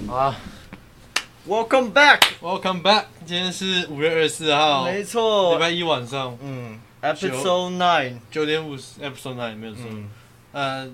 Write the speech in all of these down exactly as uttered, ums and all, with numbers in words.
啊 ，Welcome back， ，Welcome back， 今天是五月二十四号， 没错， 礼拜一晚上， 嗯 ，Episode Nine， 九点五十 ，Episode Nine 没有错，嗯，呃，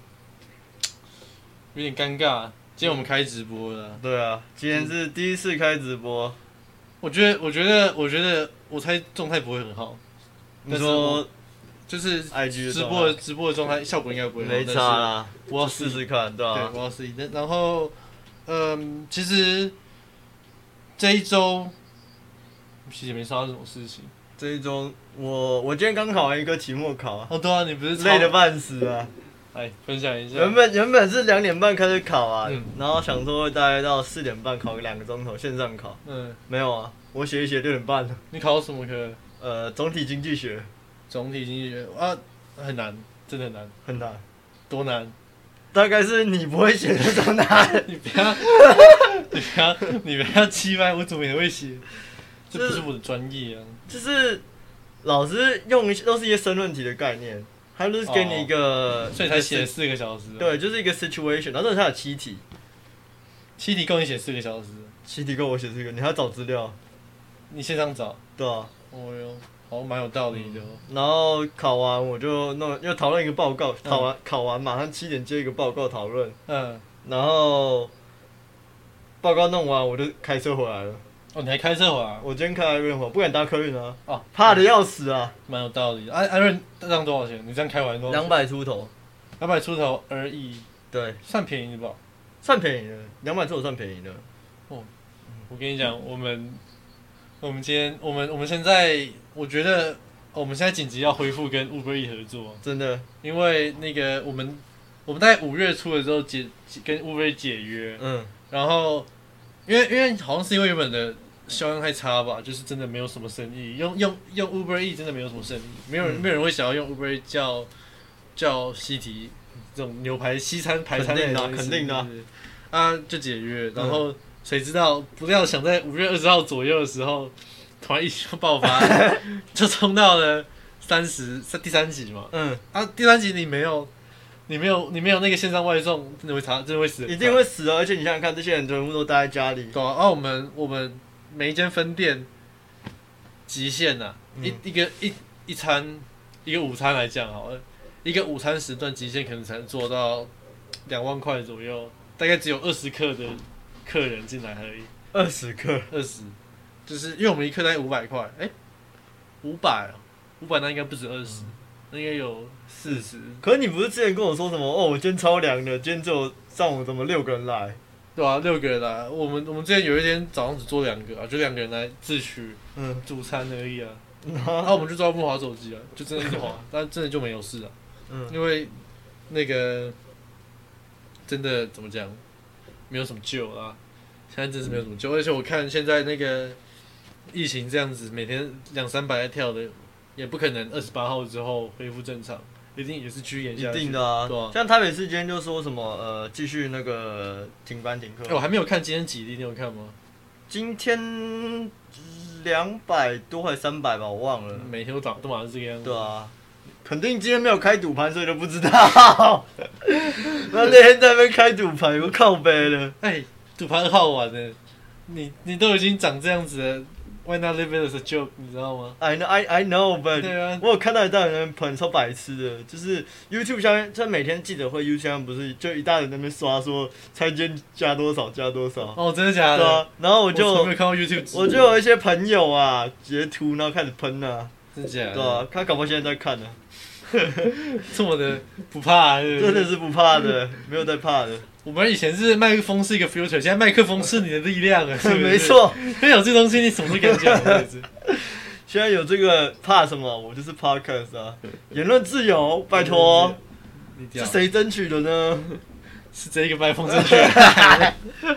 有点尴尬，今天我们开直播了， 对啊，今天是第一次开直播， 我觉得，我觉得，我觉得，我猜状态不会很好， 你说就是 I G 直播的直播的状态效果应该不会好， 没差啦， 我要试试看，对吧、 啊？对，我要试一下，然后。嗯，其实这一周其实也没发生什么事情。 这一周我我今天刚考完一个期末考啊。 哦，对啊，你不是累得半死啊！ 来分享一下。 原本原本是两点半开始考啊， 嗯、 然后想说大概到四点半考个两个钟头线上考。嗯，没有啊，我写一写六点半了。 你考什么科？ 呃，总体经济学。 总体经济学啊，很难，真的很难。 很难。 多难？ 大概是你不会写那种难， 你不要，你不要，你不要欺瞒我，怎么也会写？这不是我的专业啊。 就是老师用都是一些申论题的概念，他就是给你一个， 哦、所以才写四个小时。 对，就是一个 situation， 然后它有七题， 七题够你写四个小时。 七题够我写四个，你还要找资料， 你线上找。 对啊。 哦哟。好，蛮有道理的、哦嗯。然后考完我就弄，又讨论一个报告，考完、嗯、考完马上七点接一个报告讨论。嗯。然后报告弄完我就开车回来了。 哦，你还开车回来？ 我今天开艾润回来，不敢搭客运啊。哦，怕的要死啊。 蛮有道理的。艾艾润这样多少钱？你这样开完多少钱？ 两百出头。 两百出头而已。对。算便宜吧？ 算便宜的，两百出头算便宜的。 哦，我跟你讲，我们。我们今天，我们我们现在，我觉得我们现在紧急要恢复跟 Uber Eats 合作， 真的， 因为那个我们我们大概五月初的时候解跟 Uber Eats 解约，嗯，然后因为因为好像是因为原本的销量太差吧，就是真的没有什么生意，用用用 Uber Eats 真的没有什么生意，没有人、嗯、没有人会想要用 Uber Eats 叫叫西提这种牛排西餐排餐的东西，肯定的， 啊就解约，然后。嗯谁知道？不料想在五月二十号左右的时候，突然疫情爆发，就冲到了三十第三集嘛。嗯。啊，第三集你没有，你没有，你没有那个线上外送，真的会查，真的会死。 一定会死的，而且你想想看，这些人全部都待在家里。 对啊，啊我们我们每一间分店极限呐、啊嗯，一一个一一餐一个午餐来讲好了，一个午餐时段极限可能才能做到两万块左右，大概只有二十克的。客人进来而已， 二十克， 二十，就是因为我们一克大概五百块，哎，五百，五百那应该不止二十、嗯，那应该有四十。 可是你不是之前跟我说什么？哦，我今天超凉的，今天只有上午怎么六个人来？ 对啊，六个人来。我们我们之前有一天早上只做两个啊，就两个人来自取，嗯，主餐而已啊。然后、啊、我们就专门滑手机啊，就真的一直滑，但真的就没有事啊。嗯，因为那个真的怎么讲？没有什么救啦，现在真是没有什么救，而且我看现在那个疫情这样子，每天两三百在跳的，也不可能二十八号之后恢复正常，一定也是继续演下去。 一定的啊，对啊。像台北市今天就说什么呃，继续那个停班停课。 欸、我还没有看今天几例，你有看吗？ 今天两百多还三百吧，我忘了。 每天都涨，都马上是这个样子。 对啊。肯定今天没有开赌盘，所以都不知道。那那天在那边开赌盘，我靠背了。 哎、欸，赌盘很好玩的，你你都已经长这样子了 ，Why not live it as a joke？ 你知道吗 ？I know, I I know，but 对啊， 我有看到一大人在那边喷，超白痴的，就是 YouTube 下面，他每天记者会 YouTube 下面不是就一大人在那边刷说拆间加多少加多少。 哦，真的假的？ 对啊，然后我就我没有看到 YouTube， 我就有一些朋友啊截图，然后开始喷啊。 真的假的？ 对啊，他搞不好现在在看呢、啊。 这么的不怕、啊是不是， 真的是不怕的，没有在怕的。 我们以前是麦克风是一个 filter， 现在麦克风是你的力量啊，是不是？ 没错， 因为有这东西，你什么都敢讲。 现在有这个怕什么？我就是 podcast 啊，言论自由，拜托，是谁争取的呢？ 是这一个麦克风争取的。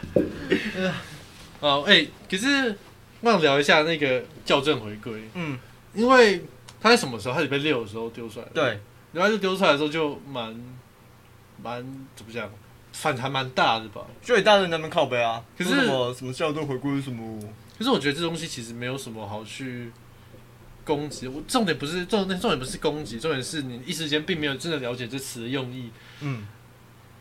哦，哎、欸，可是我想聊一下那个校正回归，嗯，因为。他在什么时候？他礼拜六的时候丢出来的。 对， 礼拜六丢出来的时候就蛮蛮怎么讲，反弹蛮大的吧。 就一大堆人在那边靠背啊， 可是什么什么校正回归什么。 可是我觉得这东西其实没有什么好去攻击。我重点不是重点，重点不是攻击，重点是你一时间并没有真的了解这词的用意。嗯。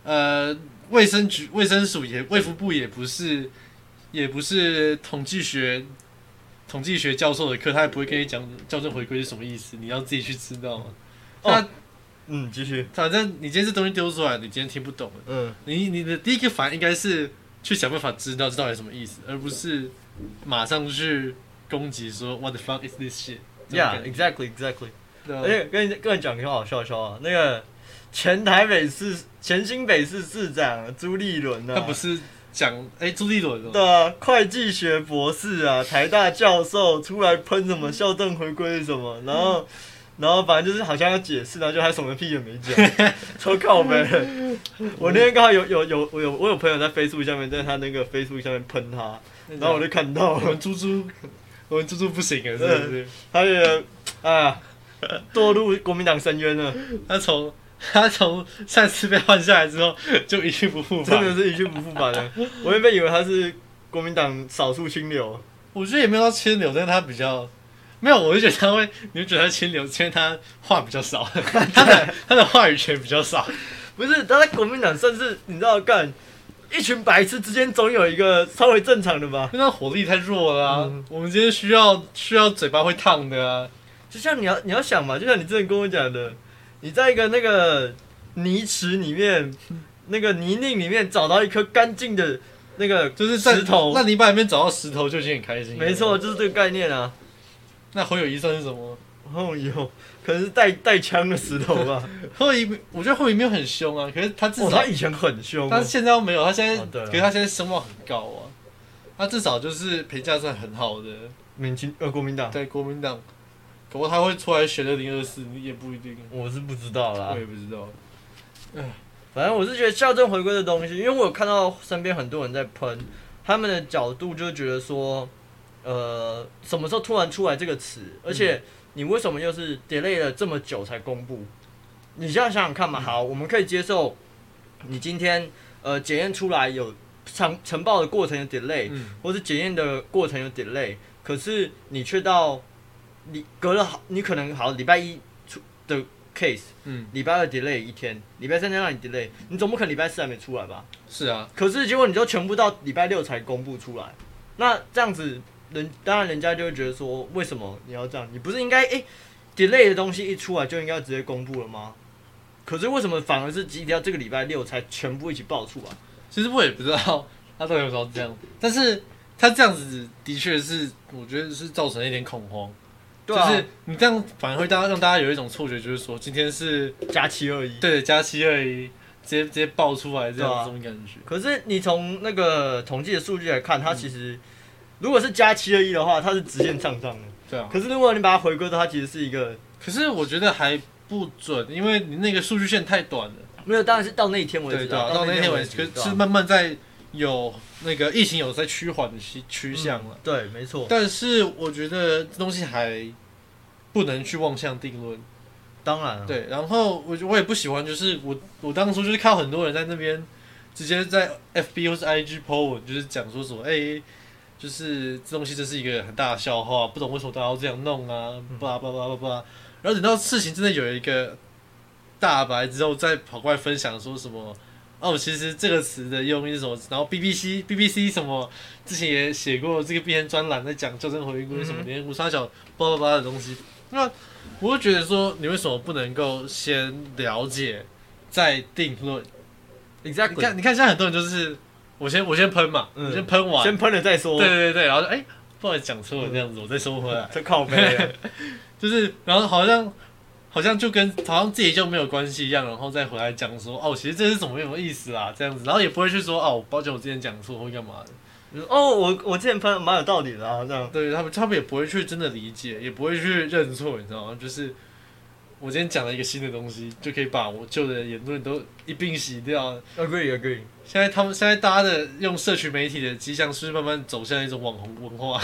呃，卫生局、卫生署也、卫福部也不是，也不是统计学、统计学教授的课，他也不会跟你讲校正回归是什么意思，你要自己去知道嘛。 哦，嗯，继续。 反正你今天这东西丢出来，你今天听不懂，嗯，你你的第一个反应应该是去想办法知道这到底什么意思，而不是马上去攻击说 What the fuck is this shit？ Yeah, exactly, exactly. 而且跟你跟你讲个很好笑笑啊，那个前台北市、前新北市市长朱立伦啊， 他不是讲哎、欸、朱立伦哦， 对啊，会计学博士啊，台大教授出来喷什么校正回归是什么，然后然后反正就是好像要解释，然后就还什么屁也没讲，超靠北。我那天刚好有有有我有我有朋友在 Facebook 下面，在他那个 Facebook 下面喷他，然后我就看到我们猪猪。我们猪猪不行了，是不是？ 他也啊，堕入国民党深渊了。 他从他从上次被换下来之后，就一去不复返， 真的是一去不复返了。我原本以为他是国民党少数清流， 我觉得也没有到清流，但是他比较没有，我就觉得他会，你就觉得他清流，因为他话比较少，他的他的话语权比较少。 不是，他在国民党甚至你知道干。一群白痴之间总有一个稍微正常的吧？ 因为他火力太弱了啊！嗯、我们今天需要需要嘴巴会烫的啊！ 就像你要你要想嘛，就像你之前跟我讲的，你在一个那个泥池里面、那个泥泞里面找到一颗干净的那个就是在石头， 那泥巴里面找到石头就已经很开心了。 没错，就是这个概念啊。 那侯友宜算是什么？ 侯友宜可能是带带枪的石头吧。 侯友宜，我觉得侯友宜没有很凶啊，可是他至少、 哦、他以前很凶， 他现在又没有，他现在， 哦、 可是他现在声望很高啊，他至少就是评价算很好的。 民进呃国民党对国民党，不过他会出来选二零二四，也不一定。 我是不知道啦， 我也不知道。 反正我是觉得校正回归的东西，因为我有看到身边很多人在喷，他们的角度就觉得说，呃，什么时候突然出来这个词，而且。嗯你为什么又是 delay 了这么久才公布？你这样想想看嘛。好，我们可以接受你今天呃检验出来有呈呈报的过程有 delay，、嗯、或是检验的过程有 delay， 可是你却到你隔了好，你可能好礼拜一出的 case， 嗯，礼拜二 delay 一天，礼拜三再让你 delay， 你总不可能礼拜四还没出来吧？ 是啊。 可是结果你就全部到礼拜六才公布出来，那这样子。人当然，人家就会觉得说，为什么你要这样？你不是应该哎、欸、delay 的东西一出来就应该直接公布了吗？可是为什么反而是一定要这个礼拜六才全部一起爆出来？ 其实我也不知道他到底有没有这样，但是他这样子的确是，我觉得是造成了一点恐慌。对啊、就是你这样反而会让大家有一种错觉，就是说今天是加七二一， 对，加七二一，直接直接爆出来这样这种感觉。 可是你从那个统计的数据来看，它其实。嗯如果是加七二一的话，它是直线上涨的。 对啊。 可是如果你把它回归到它其实是一个， 可是我觉得还不准，因为你那个数据线太短了。 没有，当然是到那一天为止。 对啊，到那天为止，可是慢慢在有那个疫情有在趋缓的趋向了、嗯。 对，没错。 但是我觉得这东西还不能去妄下定论。 当然、啊。 对，然后我我也不喜欢，就是我我当初就是看到很多人在那边直接在 F B 或是 I G po 文，就是讲说什么，哎、欸。就是这东西真是一个很大的笑话，不懂为什么大家要这样弄啊，巴拉巴拉巴拉。然后等到事情真的有一个大白之后，再跑过来分享说什么哦，其实这个词的用意是什么？然后 B B C B B C 什么之前也写过这个编专栏在讲校正回归什么连五三小巴拉巴拉的东西。那我就觉得说，你为什么不能够先了解再定论 ？Exactly。 你看，你看，现在很多人就是。我先我先喷嘛，嗯、我先喷完， 先喷了再说。 对对对，然后哎、欸，不好意思讲错了这样子，我再收回来。 这靠背啊， 就是，然后好像好像就跟好像自己就没有关系一样，然后再回来讲说，哦，其实这是什么什么意思啦，这样子，然后也不会去说，哦，抱歉，我之前讲错或干嘛的。 哦，我我之前喷蛮有道理的啊，这样。 对他们，他们也不会去真的理解，也不会去认错，你知道吗？就是。我今天讲了一个新的东西，就可以把我旧的言论都一并洗掉。 Agree, agree。 现在他们现在大家的用社群媒体的迹象，是慢慢走向一种网红文化。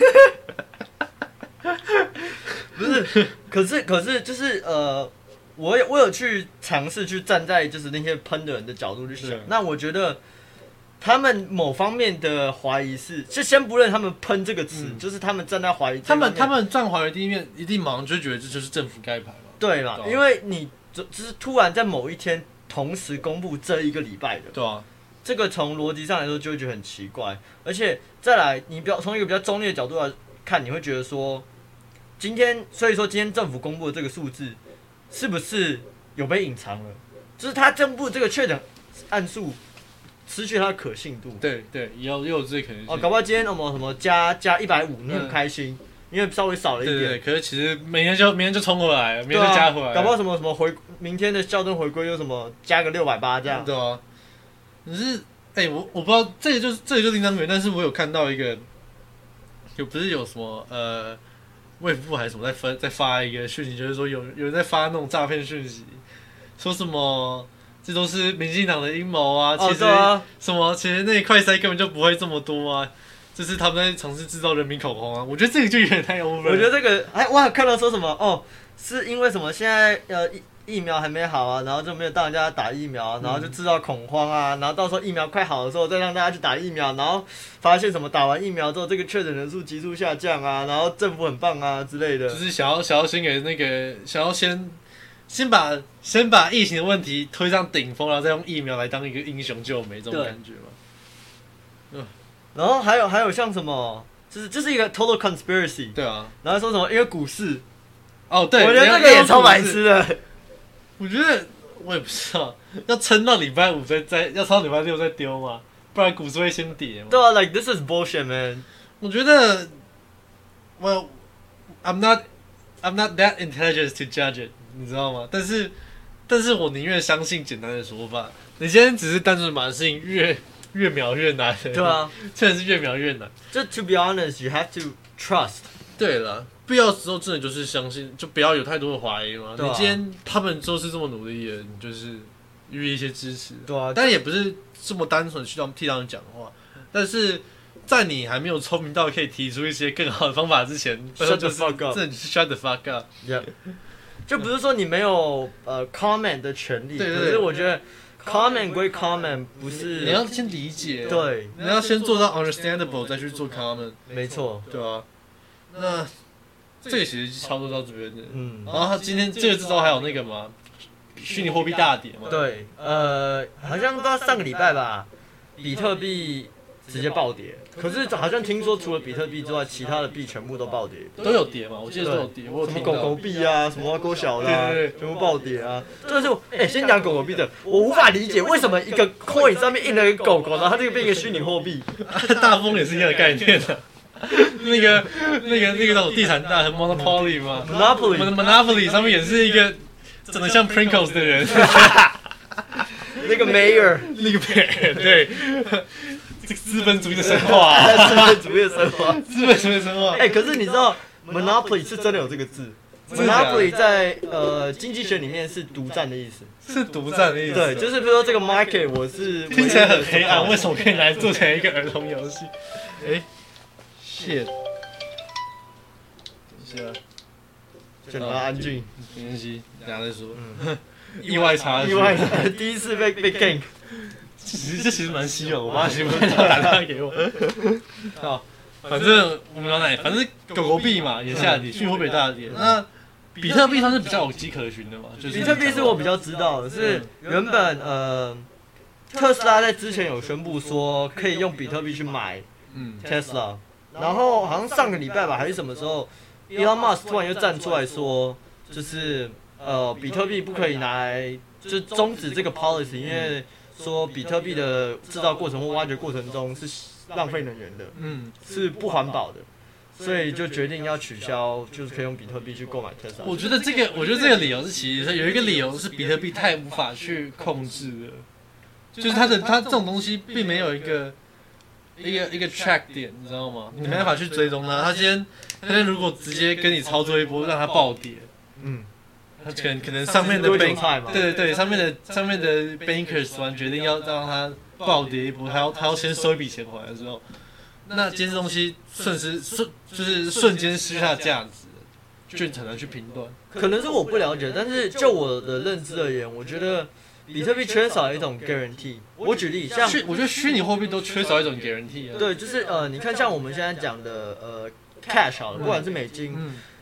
不是，可是可是就是呃，我有我有去尝试去站在就是那些喷的人的角度去想，那我觉得他们某方面的怀疑是，就先不论他们喷这个词，嗯、就是他们站在怀疑， 他们他们站怀疑第一面，一定马上就觉得这就是政府该排嘛。 对嘛？因为你就是突然在某一天同时公布这一个礼拜的。 对啊， 这个从逻辑上来说就会觉得很奇怪，而且再来，你比较从一个比较中立的角度来看，你会觉得说，今天所以说今天政府公布的这个数字，是不是有被隐藏了？就是他公布这个确诊案数失去它的可信度。 对对，也有也有这可能性。 哦，搞不好今天什么什么加加一百五，你很开心。嗯，因为稍微少了一点， 对对对，可是其实明天就明天就冲回来了，明天就加回来了。 搞不好什么什么回明天的校正回归又什么加个六百八这样。 对啊，可是哎、欸，我我不知道这个就是这个就另当别论，但是我有看到一个，有不是有什么呃，卫福部还是什么在分在发一个讯息，就是说有有人在发那种诈骗讯息，说什么这都是民进党的阴谋啊，其实、 哦啊、 什么其实那快筛根本就不会这么多啊。就是他们在尝试制造人民恐慌啊！我觉得这个就有点太 over 了。 我觉得这个，哎，我还看到说什么哦，是因为什么？现在呃疫疫苗还没好啊，然后就没有让人家打疫苗，然后就制造恐慌啊，然后到时候疫苗快好的时候再让大家去打疫苗，然后发现什么打完疫苗之后这个确诊人数急速下降啊，然后政府很棒啊之类的。 就是想要想要先给那个想要先先把先把疫情的问题推上顶峰，然后再用疫苗来当一个英雄救美这种感觉嘛。嗯。 然后还有还有像什么，就是这、就是一个 total conspiracy。对啊。 然后说什么因为股市， 哦对， 我觉得这个也超白痴的。 我觉得我也不知道，要撑到礼拜五再再，要撑到礼拜六再丢嘛，不然股市会先跌嘛。 对啊 ，like this is bullshit, man。 我觉得 ，well, I'm not, I'm not that intelligent to judge it， 你知道吗？但是，但是我宁愿相信简单的说法。你今天只是单纯把事情越越描越难。 对啊， 真的是越描越难。 就 to be honest, you have to trust。 对了，必要时候真的就是相信，就不要有太多的怀疑嘛。啊、你今天他们都是这么努力的，你就是予以一些支持。 对啊， 但也不是这么单纯去替他们讲话。但是在你还没有聪明到可以提出一些更好的方法之前 ，shut the fuck up， 真的是 shut the fuck up。Yeah， 就不是说你没有呃 comment 的权利， 对对对， 可是我觉得 comment 归 comment， 不是你要先理解， 对， 你要先做到 understandable 再去做 comment。 没错， 对啊。那这个其实操作到这边的， 嗯， 然后他今天这个之后还有那个嘛，虚拟货币大跌嘛， 对，呃，好像到上个礼拜吧，比特币直接暴跌，可是好像听说除了比特币之外，其他的币全部都暴跌， 都有跌嘛，我记得都有跌，我有什么狗狗币啊，什么狗小的、啊， 对对对， 全部暴跌啊。但是，哎、欸，先讲狗狗币的，我无法理解为什么一个 coin 上面印了一个狗狗，然后它这个变一个虚拟货币， 大风也是一样的概念的、啊。那个、那个、那个那种地产大亨 Monopoly 嘛 ，Monopoly， Monopoly 上面也是一个长得像 Pringles 的人， 那个 Mayor， 那个 Mayor， 对，这个资本主义的神话、啊， 资本主义的神话， 资本主义的神话。 哎、欸，可是你知道 Monopoly 是真的有这个字 ，Monopoly 在呃经济学里面是独占的意思， 是独占的意思。 对，就是比如说这个 market 我是听起来很黑暗，为什么可以来做成一个儿童游戏？哎、欸。shit， 等一下， 就你要安静， 没关系，等下再说。嗯，意外插曲， 意外第一次被被 gank， 其实这其实蛮稀有，我妈媳妇打电话给我。好，反正我们讲哪？反正狗狗币嘛也下跌，虚拟货币大跌。那比特币它是比较有迹可循的嘛，就是比特币是我比较知道的，是原本呃特斯拉在之前有宣布说可以用比特币去买嗯 Tesla。然后好像上个礼拜吧，还是什么时候 ，Elon Musk 突然又站出来说，就是呃，比特币不可以拿来，就终止这个 policy， 因为说比特币的制造过程或挖掘过程中是浪费能源的，嗯，是不环保的，所以就决定要取消，就是可以用比特币去购买 Tesla。 我觉得这个，我觉得这个理由是其实有一个理由是比特币太无法去控制了，就是它的它这种东西并没有一个。一个一个 track 点，你知道吗？你没办法去追踪它。他今天，他今天如果直接跟你操作一波，让它暴跌，嗯，他可能可能上面的 bank， 对对对，上面的上面的 bankers 突然决定要让它暴跌一波，他要他要先收一笔钱回来的时候，那今天这东西瞬时瞬就是瞬间失去它的价值，就很难去评断。 可能是我不了解，但是就我的认知而言，我觉得。比特币缺少一种 guarantee。我举例，像我觉得虚拟货币都缺少一种 guarantee 啊。 对，就是呃，你看像我们现在讲的呃 cash 好了，不管是美金，嗯、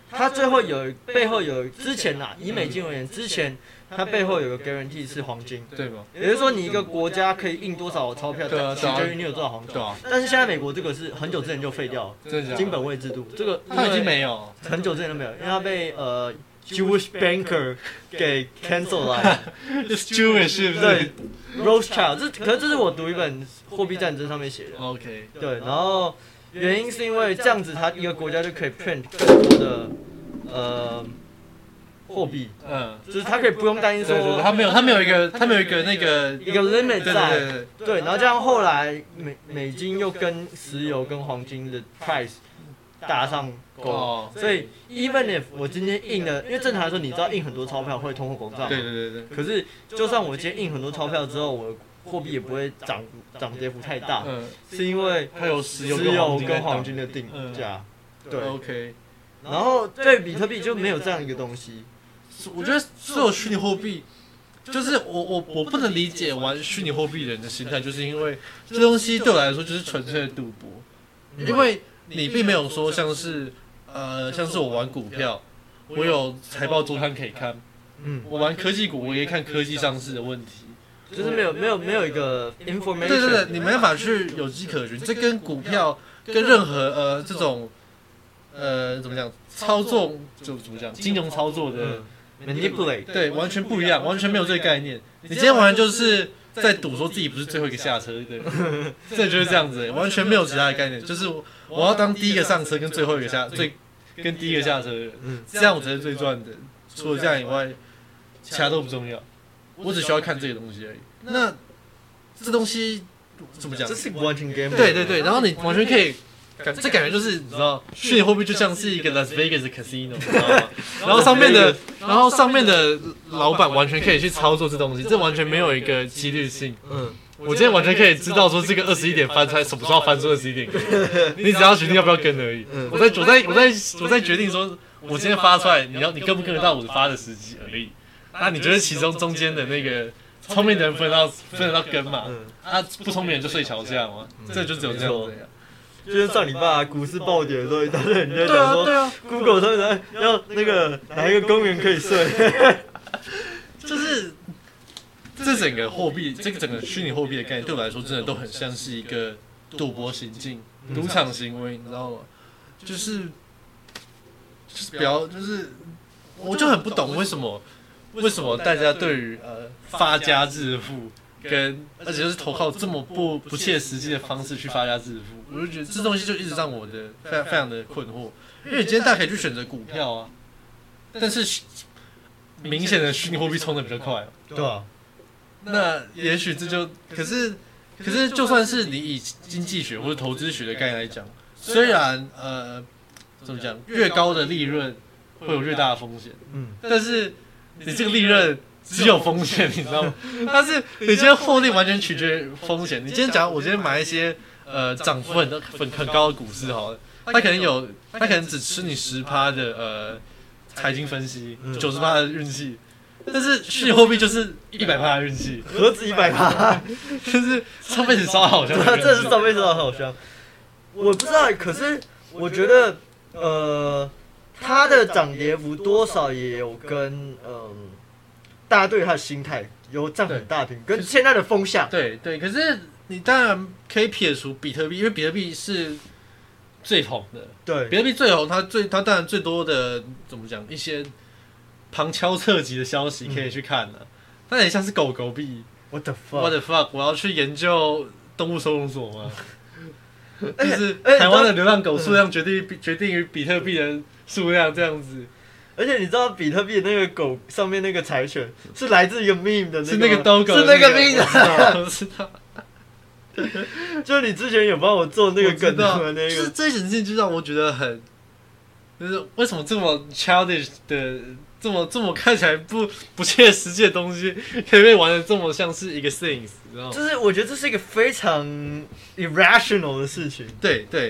它最后有背后有之前呐、啊，以美金而言，之前它背后有个 guarantee 是黄金， 对吗？ 也就是说，你一个国家可以印多少钞票， 对啊， 取决于你有多少黄金。 对啊。 但是现在美国这个是很久之前就废掉了，金本位制度，这个它已经没有， 很久之前都没有，因为它被呃 Jewish banker 给 cancel 了。 Jewish 是不是？ 对 ，Rothschild， 这可是这是我读一本货币战争上面写的。 OK。 对，然后原因是因为这样子，它一个国家就可以 print 更多的呃。货币，嗯，就是他可以不用担心说， 对对对，他没有，他没有一个，他没有一个那个一个 limit 在， 对对对对，然后这样后来美美金又跟石油跟黄金的 price 搭上钩，哦、所以 even if 我今天印了，因为正常来说你知道印很多钞票会通货膨胀， 对对对对， 可是就算我今天印很多钞票之后，我的货币也不会涨涨跌幅太大，嗯，是因为它有石油跟黄金的定价，对 ，OK， 然后对比特币就没有这样一个东西。 我觉得所有虚拟货币，就是我我我不能理解玩虚拟货币的人的心态，就是因为这东西对我来说就是纯粹的赌博，因为你并没有说像是呃像是我玩股票，我有财报周刊可以看，嗯，我玩科技股我也看科技上市的问题， 就是没有没有没有一个 information， 对对对，你没办法去有迹可循，这跟股票跟任何呃这种呃怎么讲操作就怎么讲金融操作的。嗯 manipulate 对，完全不一样，完全没有这个概念。你今天完全就是在赌说自己不是最后一个下车，对，这就是这样子，完全没有其他的概念，就是我要当第一个上车跟最后一个下，最跟第一个下车的人，这样我才是最赚的。除了这样以外，其他都不重要，我只需要看这个东西而已。那这东西怎么讲？ 这是完全 game。 对对对，然后你完全可以。这感觉就是你知道，虚拟货币就像是一个 Las Vegas 的 casino， 你知道吗？然后上面的，然后上面的老板完全可以去操作这东西，这完全没有一个几率性。嗯，我今天完全可以知道说这个二十一点翻出来，什么时候翻出二十一点，你只要决定要不要跟而已。我在我在我在我在决定说，我今天发出来，你要你跟不跟得到我发的时机而已。那你觉得其中中间的那个聪明的人分到分得到跟嘛？啊，不聪明人就睡桥下嘛？这就只有这样子。 就是上礼拜股市暴跌的时候，一大堆人在讲说、 对啊对啊、，Google 他们要那个哪一个公园可以睡， 就是这整个货币，这个整个虚拟货币的概念，对我来说真的都很像是一个赌博行径、赌场行为，你知道吗？就是就是比较就是，我就很不懂为什么为什么大家对于呃发家致富。跟而且就是投靠这么不不切实际的方式去发家致富，我就觉得这东西就一直让我的非常非常的困惑。因为你今天大家可以去选择股票啊，但是明显的虚拟货币冲的比较快， 对啊。 那也许这就可是可是就算是你以经济学或者投资学的概念来讲，虽然呃怎么讲，越高的利润会有越大的风险，嗯，但是你这个利润。只有风险，你知道吗？但是你今天获利完全取决于风险。你今天假如我今天买一些呃涨幅很很很高的股市好了，它可能有，它可能只吃你十趴的呃财经分析，九十趴的运气。但是虚拟货币就是一百趴的运气， 何止一百趴？ 就是上辈子烧好香， 这是上辈子烧好香。我不知道，可是我觉得呃，它的涨跌幅多少也有跟嗯。呃大家对他的心态有占很大屏，跟现在的风向。 对对，可是你当然可以撇除比特币，因为比特币是最红的。 对， 比特币最红，它最它当然最多的怎么讲，一些旁敲侧击的消息可以去看了、啊。那、嗯、也像是狗狗币 ，What the fuck？ What the fuck？ 我要去研究动物收容所吗？就是台湾的流浪狗数量决定决定于比特币的数量这样子。 而且你知道比特币的那个狗上面那个柴犬是来自一个 meme 的那个， 是那个 dogo， 是那个 meme 的，我知道。 就是你之前有帮我做那个梗的那个， 就是这件事情就让我觉得很，就是为什么这么 childish 的，这么这么看起来不不切实际的东西，可以被玩的这么像是一个 things， 知道吗？ 就是我觉得这是一个非常 irrational 的事情。 对对。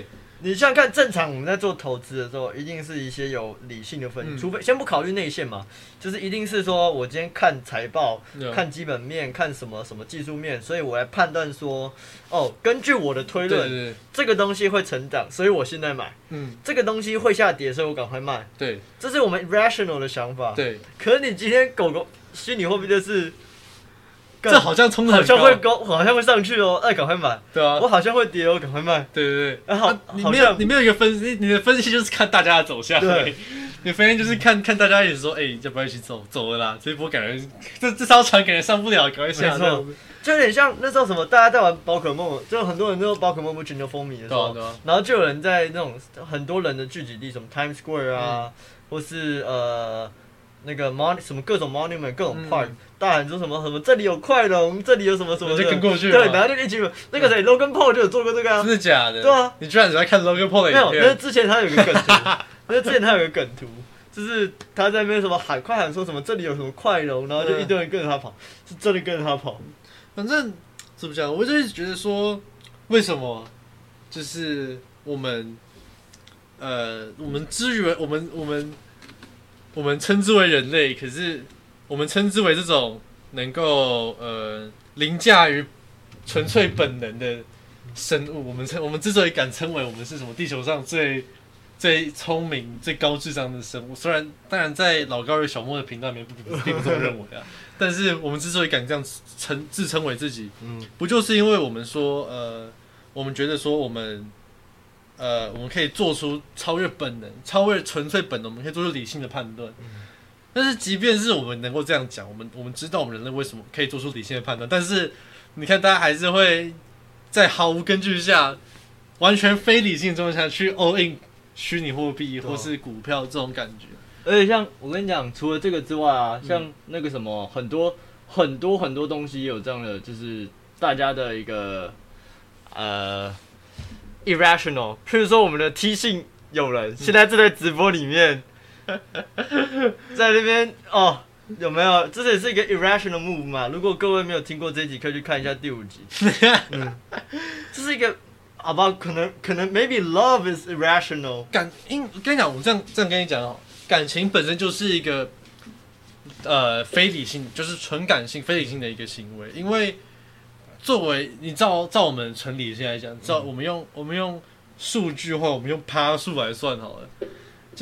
你像看正常我们在做投资的时候，一定是一些有理性的分析，嗯、除非先不考虑内线嘛，就是一定是说我今天看财报、嗯、看基本面、看什么什么技术面，所以我来判断说，哦，根据我的推论，对对对，这个东西会成长，所以我现在买，嗯，这个东西会下跌，所以我赶快卖， 对， 这是我们 rational 的想法， 对。 可是你今天狗狗虚拟货币就是。 这好像冲得好像会高，好像会上去哦，哎，赶快买！ 对啊， 我好像会跌哦，赶快卖！ 对对对， 然后、啊、 你没有你没有一个分析，你的分析就是看大家的走向，对，你分析就是看看大家一起说，哎、欸，要不要一起走？走了啦，这一波感觉这这艘船感觉上不了，赶快下。没错， 就有点像那时候什么，大家在玩宝可梦，就很多人都宝可梦不全球风靡的时候， 对啊对啊， 然后就有人在那种很多人的聚集地，什么 Times Square 啊，嗯、或是呃。那个 mon 什么各种 monument 各种 park，、嗯、大喊说什么什么这里有快龙，这里有什么什么的， 就跟过去对，然后就一起那个谁 Logan Paul 就有做过这个啊， 真的假的？ 对啊， 你居然只在看 Logan Paul 的影片？ 没有，那之前他有个梗图，那之前他有个梗图，就是他在那边什么喊快喊说什么这里有什么快龙，然后就一堆人跟着他跑，是真的跟着他跑。 反正怎么讲，我就一直觉得说，为什么就是我们呃，我们之于我们我们。我们称之为人类，可是我们称之为这种能够呃凌驾于纯粹本能的生物。我们称我们之所以敢称为我们是什么地球上最最聪明、最高智商的生物，虽然当然在老高与小莫的频道里面并不这么认为啊，但是我们之所以敢这样称自称为自己，嗯，不就是因为我们说呃，我们觉得说我们。呃，我们可以做出超越本能、超越纯粹本能，我们可以做出理性的判断。嗯、但是，即便是我们能够这样讲，我们我们知道我们人类为什么可以做出理性的判断，但是你看，大家还是会在毫无根据下、完全非理性的状况下去 all in 虚拟货币或是股票这种感觉。 而且，像我跟你讲，除了这个之外啊，像那个什么，很多很多很多东西也有这样的，就是大家的一个呃。irrational， 譬如说我们的 T 姓友人现在正在直播里面，在那边哦，有没有？这也是一个 irrational move 嘛？如果各位没有听过这一集，可以去看一下第五集。嗯，这是一个，好吧？可能可能 maybe love is irrational。 感，因跟你讲，我这样这样跟你讲哦，感情本身就是一个呃非理性，就是纯感性、非理性的一个行为，因为。作为你照照我们纯理性来讲，照我们用我们用数据或我们用趴数来算好了，就是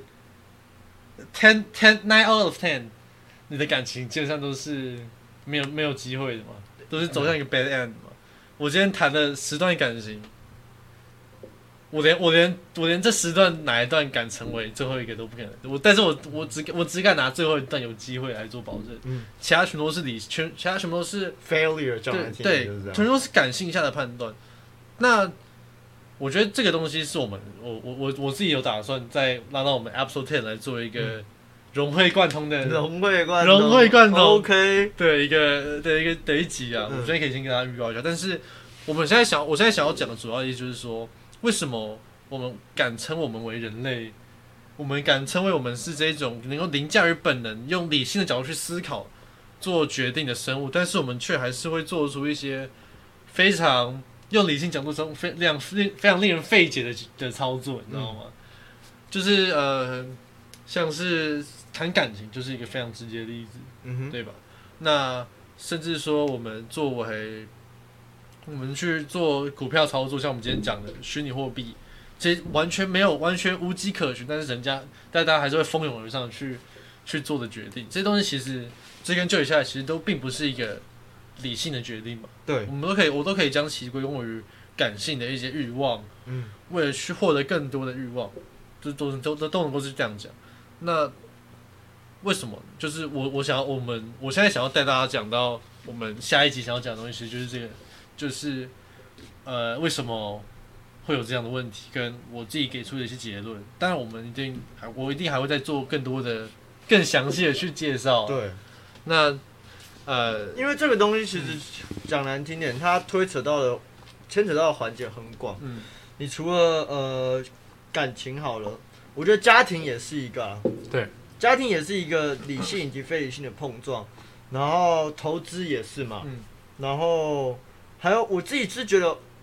ten ten nine out of ten， 你的感情基本上都是没有没有机会的嘛，都是走向一个 bad end 嘛。我今天谈了十段感情，我连我连我连这十段哪一段敢成为最后一个都不可能，我但是我我只我只敢拿最后一段有机会来做保证，嗯，其他全都是理全，其他全都是 failure， 对对，全都是感性下的判断。那我觉得这个东西是我们我我我我自己有打算再拉到我们 Episode ten 来做一个融会贯通的融会贯通融会贯通 OK 对一个的一个的一集啊，嗯、我觉得可以先跟大家预告一下。但是我们现在想我现在想要讲的主要意思就是说。为什么我们敢称我们为人类？我们敢称为我们是这种能够凌驾于本能、用理性的角度去思考、做决定的生物，但是我们却还是会做出一些非常用理性角度中非常非常令人费解的的操作，你知道吗？嗯、就是呃，像是谈感情，就是一个非常直接的例子，嗯哼，对吧？那甚至说我们作为我们去做股票操作，像我们今天讲的虚拟货币，其实完全没有、完全无迹可循，但是人家，但大家还是会蜂拥而上去去做的决定。这些东西其实追根究底下来，其实都并不是一个理性的决定嘛。 对， 我们都可以，我都可以将其归功于感性的一些欲望，嗯，为了去获得更多的欲望，就都都都都能够是这样讲。那为什么？就是我我想要我们，我现在想要带大家讲到我们下一集想要讲的东西，其实就是这个。就是呃，为什么会有这样的问题？跟我自己给出的一些结论。当然，我们一定还，我一定还会再做更多的、更详细的去介绍。 对， 那呃， 因为这个东西其实讲难听点，它推扯到的、牵扯到的环节很广。嗯，你除了呃感情好了，我觉得家庭也是一个、啊。 对， 家庭也是一个理性以及非理性的碰撞，然后投资也是嘛。嗯，然后。还有我自己是觉得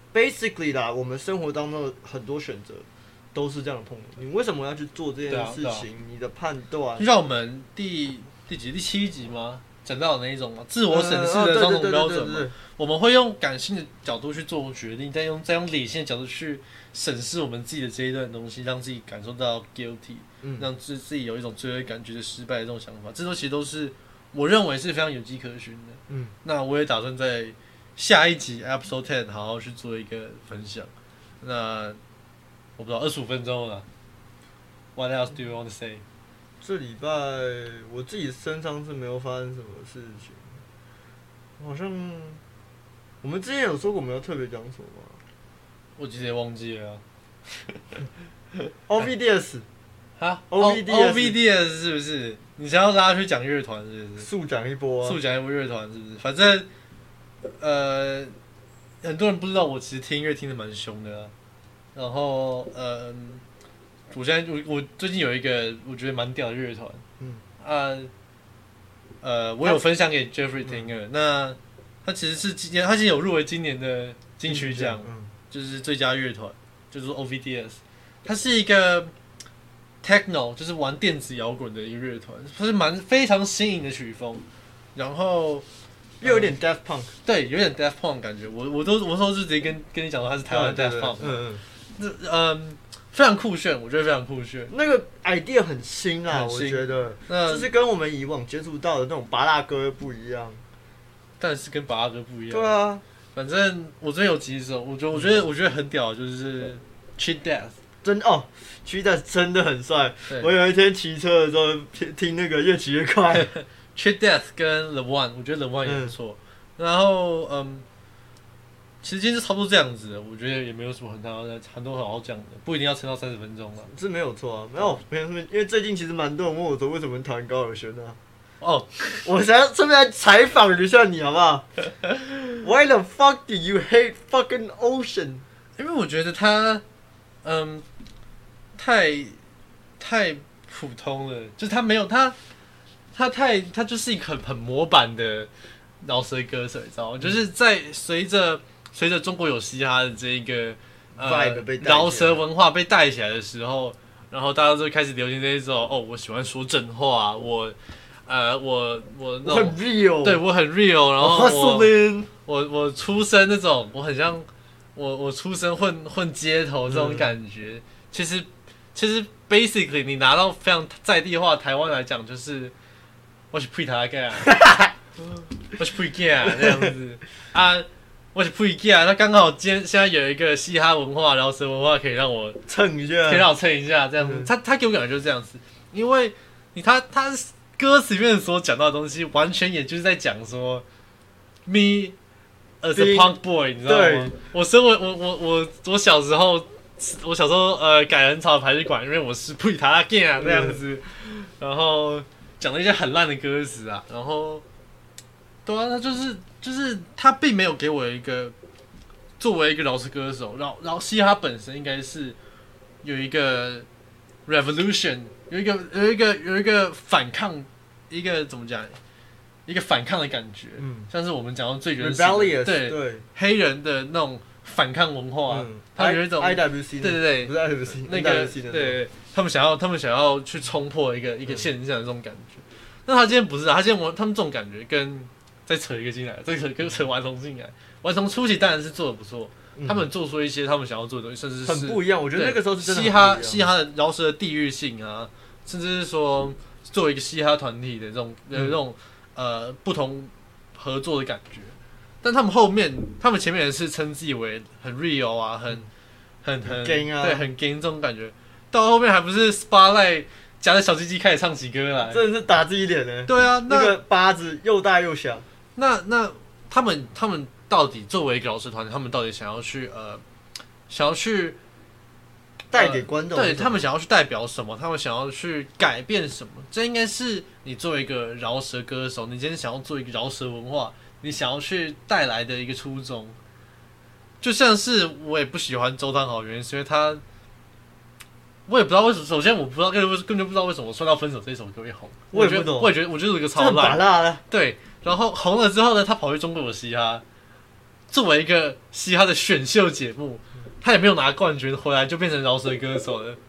basically 啦，我们生活当中的很多选择都是这样的碰撞。你为什么要去做这件事情？啊啊、你的判断， 就像我们第第几第七集吗？讲到的那一种嘛，自我审视的双重标准嘛，我们会用感性的角度去做决定，再用再用理性的角度去审视我们自己的这一段东西，让自己感受到 guilty，、嗯、让自自己有一种罪恶感、觉得失败的这种想法，这都其实都是我认为是非常有迹可循的。嗯，那我也打算在下一集 episode ten 好好去做一个分享。那我不知道二十五分钟了 ，What else do you want to say？ 这礼拜我自己身上是没有发生什么事情，好像我们之前有说过我们要特别讲什么吗？ 我直接忘记了、啊。 O V D S 啊 ，O V D S O V D S 是不是？你想要大家去讲乐团是不是？ 速讲一波、啊， 速讲一波乐团是不是？反正呃，很多人不知道我其实听音乐听得蛮凶的、啊，然后呃。我现在我我最近有一个我觉得蛮屌的乐团，嗯啊呃，我有分享给 Jeffrey 听的、嗯。那他其实是今年他其实有入围今年的金曲奖、嗯，就是最佳乐团，就是 O V D S。它是一个 techno， 就是玩电子摇滚的一个乐团，它是蛮非常新颖的曲风，然后又有点 Daft Punk，、嗯、 对，有点 Daft Punk 感觉。我我都我说就直接跟跟你讲说他是台湾 Daft Punk， 嗯嗯，嗯。非常酷炫，我觉得非常酷炫。 那个 idea 很新啊，我觉得，就是跟我们以往接触到的那种芭乐歌不一样。 但是跟芭乐歌不一样。 对啊， 反正我这边有几首，我觉得我觉得我觉得很屌，就是 Cheat Death， 真哦 ，Cheat Death 真的很帅。我有一天骑车的时候听听那个越骑越快。 Cheat Death 跟 The One， 我觉得 The One 也不错。嗯、然后嗯。其实今天就差不多这样子的，我觉得也没有什么很多很多好好讲的，不一定要撑到三十分钟了。 这没有错啊，没有没有，因为最近其实蛮多人问我说为什么讨厌高尔宣啊？哦，我想要顺便来采访一下你好不好？Why the fuck do you hate fucking Ocean？ 因为我觉得他，嗯，太太普通了，就是他没有他，他太他就是一个很很模板的饶舌歌手，你知道吗？嗯、就是在随着随着中国有嘻哈的这一个呃饶舌文化被带起来的时候，然后大家就开始流行这一种哦，我喜欢说真话，我呃我我那种很 real， 对我很 real， 然后我我我出生那种，我很像我我出生混混街头这种感觉。嗯、其实其实 basically 你拿到非常在地化台湾来讲，就是我是配他干，我是配干这样子啊。我是配件，那刚好今天现在有一个嘻哈文化、饶舌文化可以让我蹭一下， 可以让我蹭一下这样子。嗯、他他给我感觉就是这样子，因为你他他歌词里面所讲到的东西，完全也就是在讲说 ，me as a punk boy， 你知道吗？我生活我我我我小时候，我小时候呃改人潮排气管，因为我是配他干啊这样子，嗯、然后讲了一些很烂的歌词啊，然后对啊，他就是。就是他并没有给我一个作为一个饶舌歌手，然后然后嘻哈本身应该是有一个 revolution， 有一个有一个有一个反抗，一个怎么讲，一个反抗的感觉，嗯，像是我们讲到最原始的对对黑人的那种反抗文化，嗯、他有一种 I W C， 对对对， 不是 I W C， 那个对对，他们想要他们想要去冲破一个一个现象的这种感觉。那他今天不是、啊，他今天我他们这种感觉跟再扯一个进来，再扯跟扯顽童进来，顽童初期当然是做的不错，嗯、他们做出一些他们想要做的东西，甚至是很不一样。我觉得那个时候是真的嘻哈嘻哈的饶舌的地域性啊，甚至是说作为一个嘻哈团体的这种有这种呃不同合作的感觉。但他们后面，他们前面是称自己为很 real 啊，很很很 gang 啊， 对，很 gang 这种感觉。到后面还不是 Spotlight 夹着小鸡鸡开始唱起歌来， 真的是打自己脸呢。 对啊， 那个疤子又大又小。 那那他们他们到底作为一个饶舌团体，他们到底想要去呃想要去带给观众、 呃，对他们想要去代表什么？他们想要去改变什么？这应该是你作为一个饶舌歌手，你今天想要做一个饶舌文化，你想要去带来的一个初衷。就像是我也不喜欢周汤豪，原因是因为他，我也不知道为什么。首先我不知道，根本根本就不知道为什么《说到分手》这首歌会红。 我也不懂， 我也觉得，我觉得这个超烂。 辣的。 对。然后红了之后呢，他跑去中国有嘻哈， 作为一个嘻哈的选秀节目，他也没有拿冠军，回来就变成饶舌歌手了。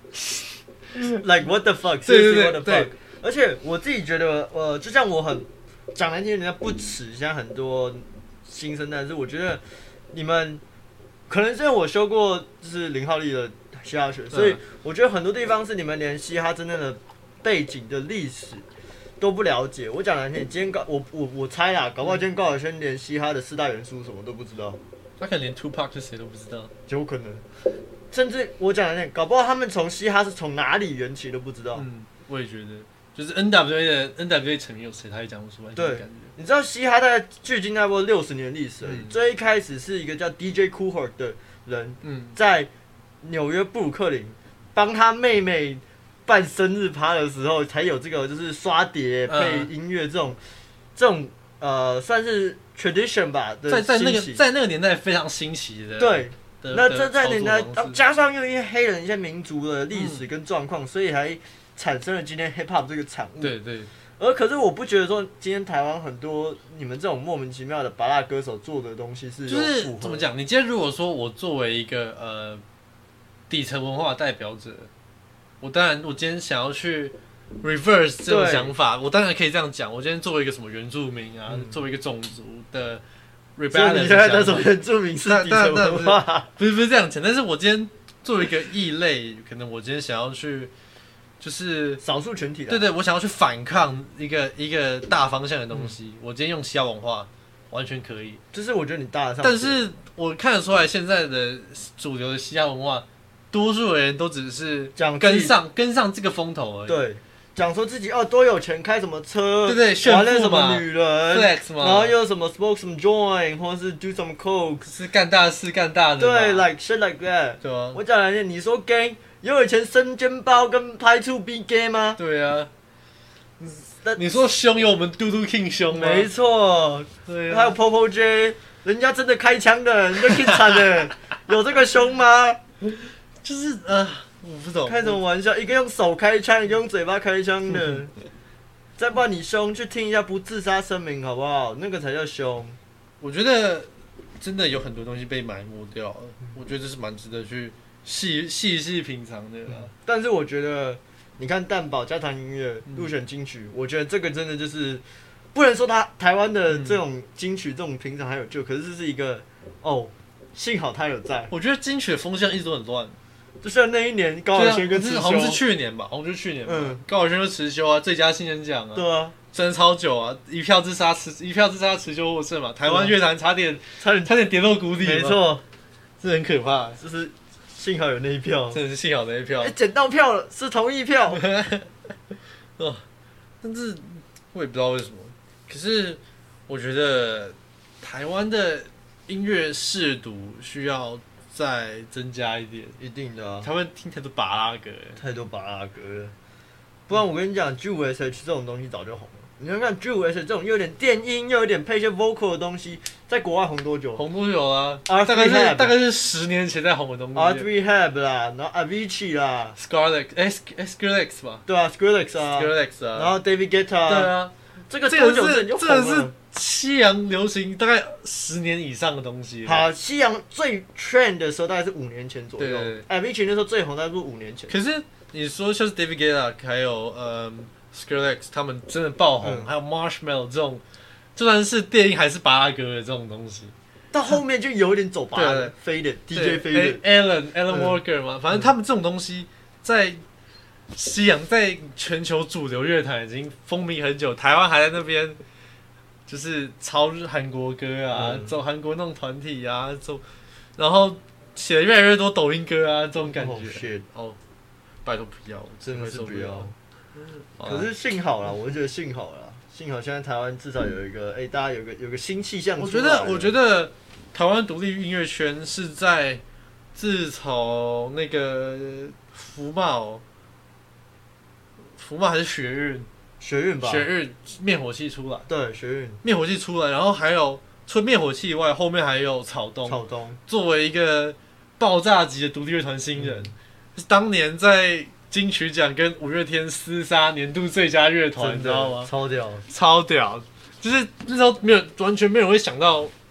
Like what the fuck？ 对对对 what the fuck？ 而且我自己觉得，呃，就像我很讲难听，人家不耻，像很多新生代，但是我觉得你们可能是因为我修过就是林浩利的嘻哈学，所以我觉得很多地方是你们连嘻哈真正的背景的历史都不了解。我讲难听，今天高我我我猜啦，搞不好今天高晓轩连嘻哈的四大元素什么都不知道， 他可能连 Tupac 是谁都不知道， 有可能。甚至我讲难听，搞不好他们从嘻哈是从哪里源起都不知道。 嗯，我也觉得，就是 N W A 的 N W A 成员有谁，他也讲不出来。 对，你知道嘻哈大概距今大概六十年的历史而已。嗯、最一开始是一个叫 D J Kool Herc 的人，嗯、在纽约布鲁克林帮他妹妹办生日趴的时候，才有这个就是刷碟配音乐这种、嗯、这种呃算是 tradition 吧的在在那个在那个年代非常新奇的。 对。那这在年代加上又一些黑人一些民族的历史跟状况，嗯、所以才产生了今天 hip hop 这个产物。 对对。 而可是我不觉得说今天台湾很多你们这种莫名其妙的芭乐歌手做的东西是就是怎么讲？你今天如果说我作为一个呃底层文化代表者，我当然我今天想要去 reverse 这种想法，我当然可以这样讲。我今天作为一个什么原住民啊，嗯、作为一个种族的。 所以你现在那种原住民是底层文化， 不是不是这样讲。但是我今天作为一个异类，可能我今天想要去，就是少数群体的， 对对，我想要去反抗一个一个大方向的东西。嗯、我今天用嘻哈文化完全可以， 就是我觉得你大得上。 但是我看得出来，现在的主流的嘻哈文化，多数人都只是跟上跟上这个风头而已。 对。讲说自己哦多有钱，开什么车， 对对，炫富嘛， 玩了什么女人 ，flex 嘛， 然后又什么 smoke some joint， 或是 do some coke， 是干大事干大的。 对 ，like shit like that。 对啊。 我讲来听，你说 gang 有以前生煎包跟拍出 B gay 吗？ 对啊。你说凶有我们嘟嘟 King 凶吗？ 没错。对、啊。还有 Popo J， 人家真的开枪的，人家 King 惨的，有这个凶吗？ 就是呃。我不懂， 开什么玩笑？一个用手开枪，一个用嘴巴开枪的。再不然你凶，去听一下不自杀声明好不好？那个才叫凶。 我觉得真的有很多东西被埋没掉了，我觉得这是蛮值得去细细细品尝的啦。嗯、 但是我觉得，你看蛋堡加谈音乐入选金曲，嗯、我觉得这个真的就是不能说他台湾的这种金曲这种平常还有救，可是这是一个哦，幸好他有在。 我觉得金曲的风向一直都很乱。 就像那一年高晓轩跟辞修， 好像是去年吧，好像就是去年吧。嗯、高晓轩就辞修啊，最佳新人奖啊， 对啊， 争超久啊，一票之差辞一票之差辞修获胜嘛，台湾乐坛差点差点差点跌落谷底， 没错， 这很可怕。 就是幸好有那一票， 真的是幸好那一票， 哎、欸，捡到票了，是同意票。 哦，但是我也不知道为什么，可是我觉得台湾的音乐视读需要再增加一点， 一定的啊。 台湾听太多芭拉歌， 太多芭拉歌了。不然我跟你讲 ，G 五 S H 这种东西早就红了。你看看 G 五 S H 这种又有点电音，又有点配一些 vocal 的东西，在国外红多久？ 红多久啊？大概是大概是十年前在红的东西。 R three Hab 啦，然后 Avicii 啦 ，Skrillex， 哎 ，Skrillex 吧？ 对啊 ，Skrillex 啊 ，Skrillex 啊。 然后 David Guetta。 对啊， 这个多久这就红了？ 这是西洋流行大概十年以上的东西。 好，西洋最 trend 的时候大概是五年前左右。 对 Avicii 那时候最红大概是五年前。 可是你说像是 David Guetta 还有呃 Skrillex 他们真的爆红，嗯、还有 Marshmello 这种，就算是电音还是芭拉歌的这种东西， 到后面就有点走芭拉飞的 D J 飞的 Alan Alan Walker 嘛，嗯、反正他们这种东西在西洋在全球主流乐坛已经风靡很久，台湾还在那边。就是抄日韩国歌啊，嗯、走韩国那种团体啊，走，然后写的越来越多抖音歌啊，这种感觉。哦， oh, 拜托不要， 真的是不要。可是幸好啦，我觉得幸好啦，幸好现在台湾至少有一个，哎、欸，大家有个有个新气象。 我觉得，我觉得台湾独立音乐圈是在自从那个福茂，福茂还是学运。 学运吧， 学运灭火器出来， 对，学运灭火器出来，然后还有除了灭火器以外，后面还有草东， 草东作为一个爆炸级的独立乐团新人，嗯、当年在金曲奖跟五月天厮杀年度最佳乐团，你知道吗？ 超屌， 超屌，就是那时候没有完全没有人会想到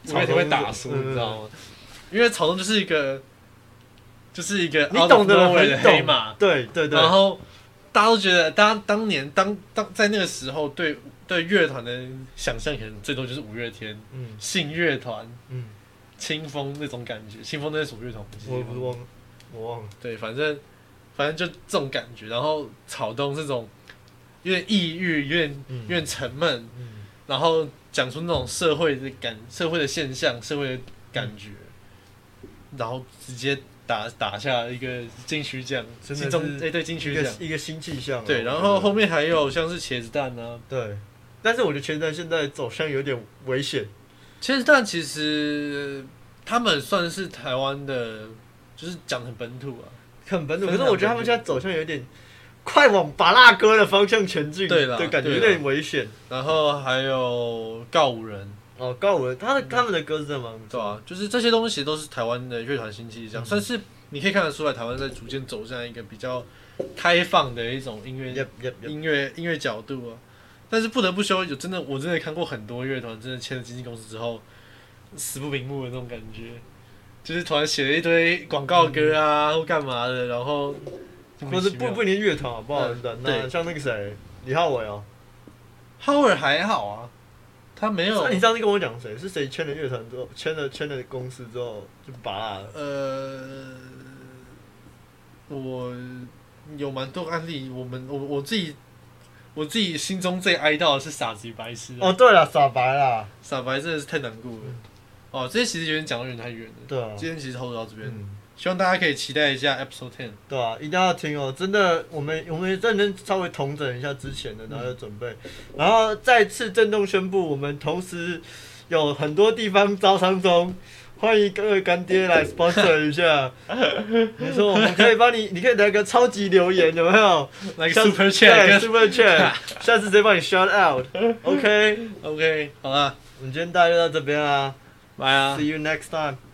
五月天会打输，你知道吗？因为草东就是一个，就是一个你懂的的黑马， 对对对。 然后大家都觉得，当当年当当在那个时候，对对乐团的想象可能最多就是五月天、嗯、信乐团、嗯、清风那种感觉。清风那是什么乐团？ 我不忘了，我忘了。 对，反正反正就这种感觉。然后草东这种有点抑郁、有点、嗯、有点沉闷，嗯、然后讲出那种社会的感、社会的现象、社会的感觉。嗯然后直接打打下一个金曲奖，金钟哎对金曲奖一个新气象。 对，然后后面还有像是茄子蛋啊， 对，但是我觉得茄子蛋现在走向有点危险。 茄子蛋其实他们算是台湾的，就是讲很本土啊， 很本土。可是我觉得他们现在走向有点快往芭乐歌的方向前进， 对啦， 对，感觉有点危险。 然后还有告五人。 哦，告五人，他的他们的歌是吗？ 对啊，就是这些东西都是台湾的乐团新气象，嗯、算是你可以看得出来，台湾在逐渐走向一个比较开放的一种音乐 yep, yep, yep. 音乐音乐角度啊。但是不得不说，有真的我真的看过很多乐团，真的签了经纪公司之后，死不瞑目的那种感觉，就是突然写了一堆广告歌啊，嗯、或干嘛的，然后或是不不一定乐团好不好？嗯、那像那个谁，李浩伟哦， 浩伟还好啊。他没有。 那你上次跟我讲谁？是谁签了乐团之后，签了签了公司之后就拔了？ 呃，我有蛮多案例，我们我我自己我自己心中最哀悼的是傻子与白痴。 哦，对了，傻白啦， 傻白真的是太难过了。嗯、哦，这些其实有点讲的有点太远了。 对啊。 今天其实 hold 到这边。嗯希望大家可以期待一下 episode ten。 对啊，一定要听哦！真的，我们我们认真稍微统整一下之前的，然后准备，嗯、然后再次震动宣布，我们同时有很多地方招商中，欢迎各位干爹来 sponsor 一下。你说我们可以帮你，你可以来个超级留言，有没有？ 来个 super chat， super chat， 下次直接帮你 shout out。OK OK， 好啦， 我们今天大家就到这边啦， 拜啊 ，See you next time。